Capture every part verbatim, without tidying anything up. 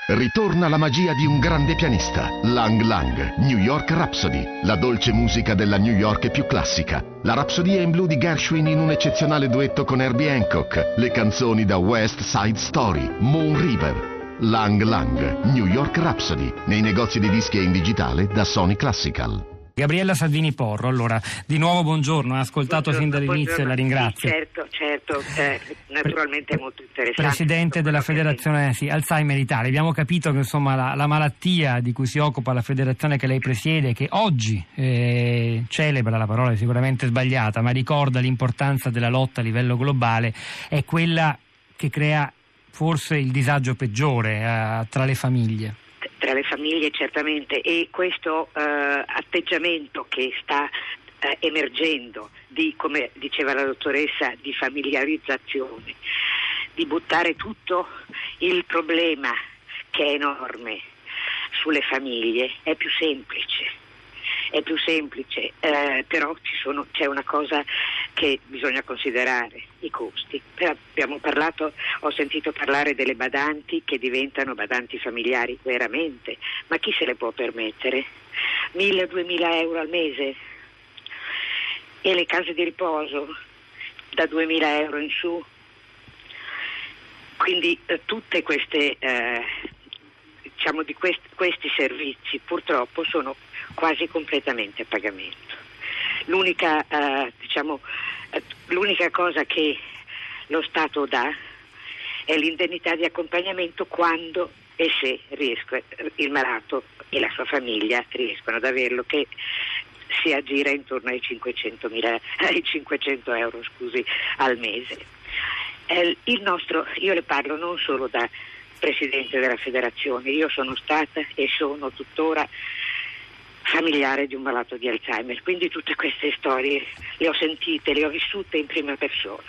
Ritorna la magia di un grande pianista, Lang Lang, New York Rhapsody, la dolce musica della New York più classica. La Rapsodia in blu di Gershwin in un eccezionale duetto con Herbie Hancock, le canzoni da West Side Story, Moon River. Lang Lang, New York Rhapsody, nei negozi di dischi e in digitale da Sony Classical. Gabriella Salvini Porro, allora di nuovo buongiorno, ha ascoltato buongiorno, fin dall'inizio e la ringrazio. Sì, certo, certo, eh, naturalmente è molto interessante. Presidente della Federazione sì, Alzheimer Italia, abbiamo capito che insomma la, la malattia di cui si occupa la federazione che lei presiede, che oggi eh, celebra, la parola è sicuramente sbagliata, ma ricorda l'importanza della lotta a livello globale, è quella che crea forse il disagio peggiore eh, tra le famiglie. Tra le famiglie certamente, e questo eh, atteggiamento che sta eh, emergendo di, come diceva la dottoressa, di familiarizzazione, di buttare tutto il problema, che è enorme, sulle famiglie, è più semplice. È più semplice, eh, però ci sono, c'è una cosa che bisogna considerare, i costi. Abbiamo parlato, ho sentito parlare delle badanti che diventano badanti familiari veramente, ma chi se le può permettere? mille o duemila euro al mese? E le case di riposo da duemila euro in su? Quindi eh, tutte queste, eh, diciamo di quest- questi servizi purtroppo sono quasi completamente a pagamento. L'unica, eh, diciamo, eh, l'unica cosa che lo Stato dà è l'indennità di accompagnamento quando e se riesco, il malato e la sua famiglia riescono ad averlo, che si aggira intorno ai cinquecentomila, ai cinquecento euro scusi, al mese. Eh, il nostro, io le parlo non solo da Presidente della Federazione, io sono stata e sono tuttora familiare di un malato di Alzheimer, quindi tutte queste storie le ho sentite, le ho vissute in prima persona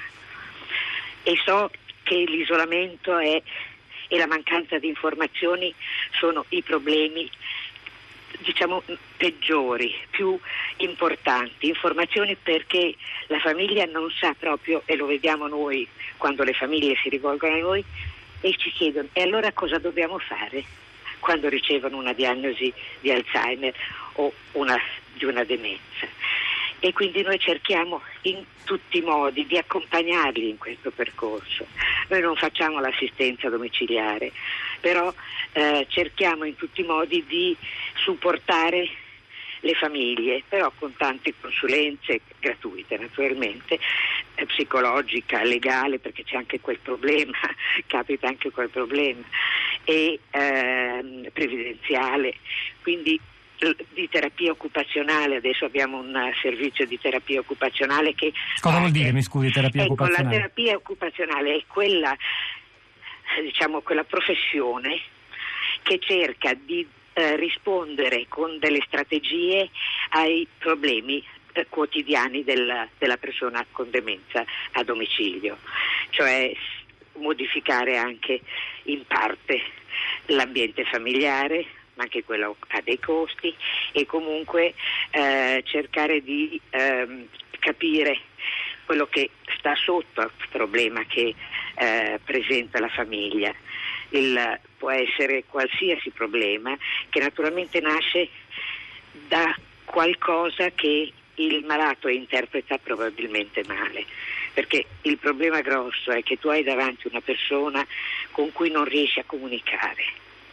e so che l'isolamento è, e la mancanza di informazioni sono i problemi, diciamo, peggiori, più importanti. Informazioni perché la famiglia non sa proprio, e lo vediamo noi quando le famiglie si rivolgono a noi e ci chiedono: e allora cosa dobbiamo fare quando ricevono una diagnosi di Alzheimer o una, di una demenza? E quindi noi cerchiamo in tutti i modi di accompagnarli in questo percorso. Noi non facciamo l'assistenza domiciliare, però eh, cerchiamo in tutti i modi di supportare le famiglie, però con tante consulenze gratuite naturalmente, eh, psicologica, legale, perché c'è anche quel problema, capita anche quel problema, e eh, previdenziale, quindi di terapia occupazionale. Adesso abbiamo un servizio di terapia occupazionale che... Cosa vuol dire, mi scusi, terapia ecco, occupazionale? La terapia occupazionale è quella, diciamo, quella professione che cerca di eh, rispondere con delle strategie ai problemi eh, quotidiani della, della persona con demenza a domicilio, cioè modificare anche in parte l'ambiente familiare, ma anche quello ha dei costi, e comunque eh, cercare di ehm, capire quello che sta sotto al problema che eh, presenta la famiglia. Il, può essere qualsiasi problema che naturalmente nasce da qualcosa che il malato interpreta probabilmente male, perché il problema grosso è che tu hai davanti una persona con cui non riesci a comunicare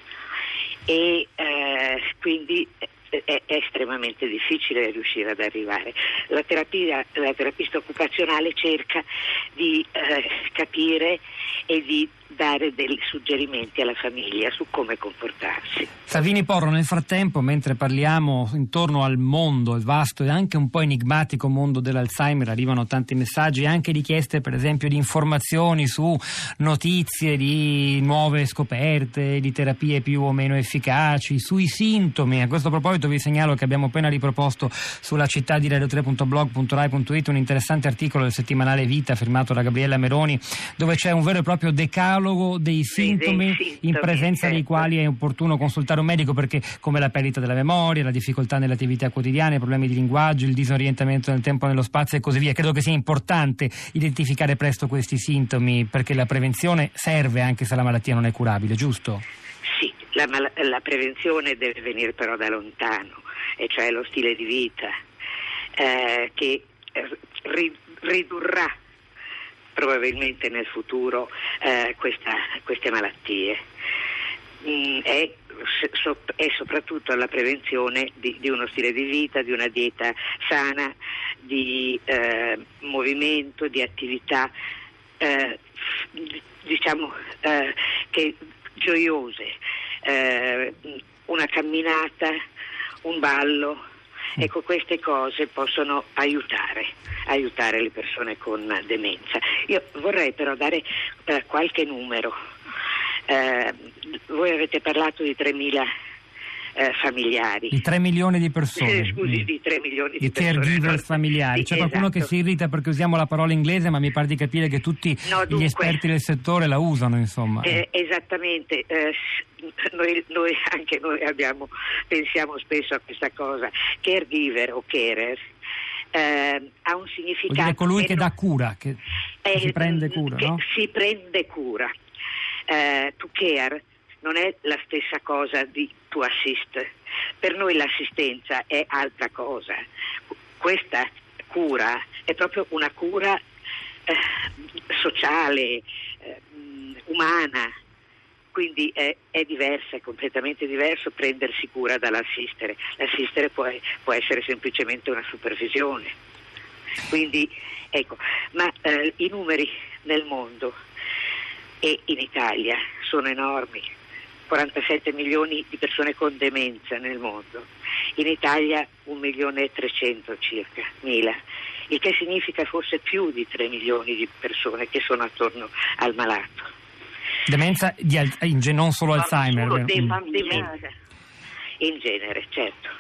e eh, quindi è, è estremamente difficile riuscire ad arrivare. La terapia, la terapista occupazionale cerca di eh, capire e di dare dei suggerimenti alla famiglia su come comportarsi. Salvini Porro, nel frattempo, mentre parliamo intorno al mondo, il vasto e anche un po' enigmatico mondo dell'Alzheimer, arrivano tanti messaggi, anche richieste per esempio di informazioni su notizie di nuove scoperte, di terapie più o meno efficaci, sui sintomi. A questo proposito vi segnalo che abbiamo appena riproposto sulla città di radio tre punto blog punto rai punto it un interessante articolo del settimanale Vita firmato da Gabriella Meroni, dove c'è un vero e proprio decalogo dei sintomi, sì, dei sintomi in presenza certo. dei quali è opportuno consultare un medico, perché come la perdita della memoria, la difficoltà nelle attività quotidiane, i problemi di linguaggio, il disorientamento nel tempo e nello spazio e così via. Credo che sia importante identificare presto questi sintomi, perché la prevenzione serve anche se la malattia non è curabile, giusto? Sì, La, mal- la prevenzione deve venire però da lontano, e cioè lo stile di vita eh, che ri- ridurrà probabilmente nel futuro eh, questa, queste malattie. Mm, è, so, è soprattutto la prevenzione di, di uno stile di vita, di una dieta sana, di eh, movimento, di attività eh, diciamo eh, che gioiose, eh, una camminata, un ballo. Ecco, queste cose possono aiutare, aiutare le persone con demenza. Io vorrei però dare eh, qualche numero. Eh, voi avete parlato di tremila eh, familiari. Di tre milioni di persone. Eh, scusi, mm. di tre milioni di, di persone. caregiver familiari. C'è esatto. qualcuno che si irrita perché usiamo la parola inglese, ma mi pare di capire che tutti no, dunque, gli esperti del settore la usano, insomma. Eh, esattamente. Eh, noi, noi anche noi abbiamo, pensiamo spesso a questa cosa. Caregiver o carer eh, ha un significato. Vuol dire colui che, che dà cura, che, è, che si prende cura, che no? Si prende cura. Eh, to care non è la stessa cosa di to assist. Per noi l'assistenza è altra cosa. Questa cura è proprio una cura eh, sociale, eh, umana, quindi è, è diversa, è completamente diverso prendersi cura dall'assistere. L'assistere può, può essere semplicemente una supervisione. Quindi ecco, ma eh, i numeri nel mondo e in Italia sono enormi. quarantasette milioni di persone con demenza nel mondo, in Italia un milione e trecento circa mila, il che significa forse più di tre milioni di persone che sono attorno al malato. Demenza di al- in, non solo non Alzheimer, solo vero? de- demenza in genere, certo.